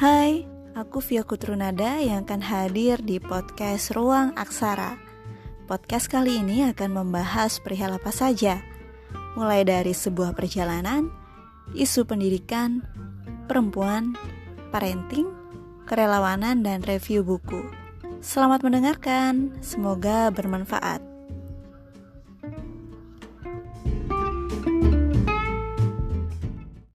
Hai, aku Via Kutrunada yang akan hadir di podcast Ruang Aksara. Podcast kali ini akan membahas perihal apa saja, mulai dari sebuah perjalanan, isu pendidikan, perempuan, parenting, kerelawanan, dan review buku. Selamat mendengarkan, semoga bermanfaat.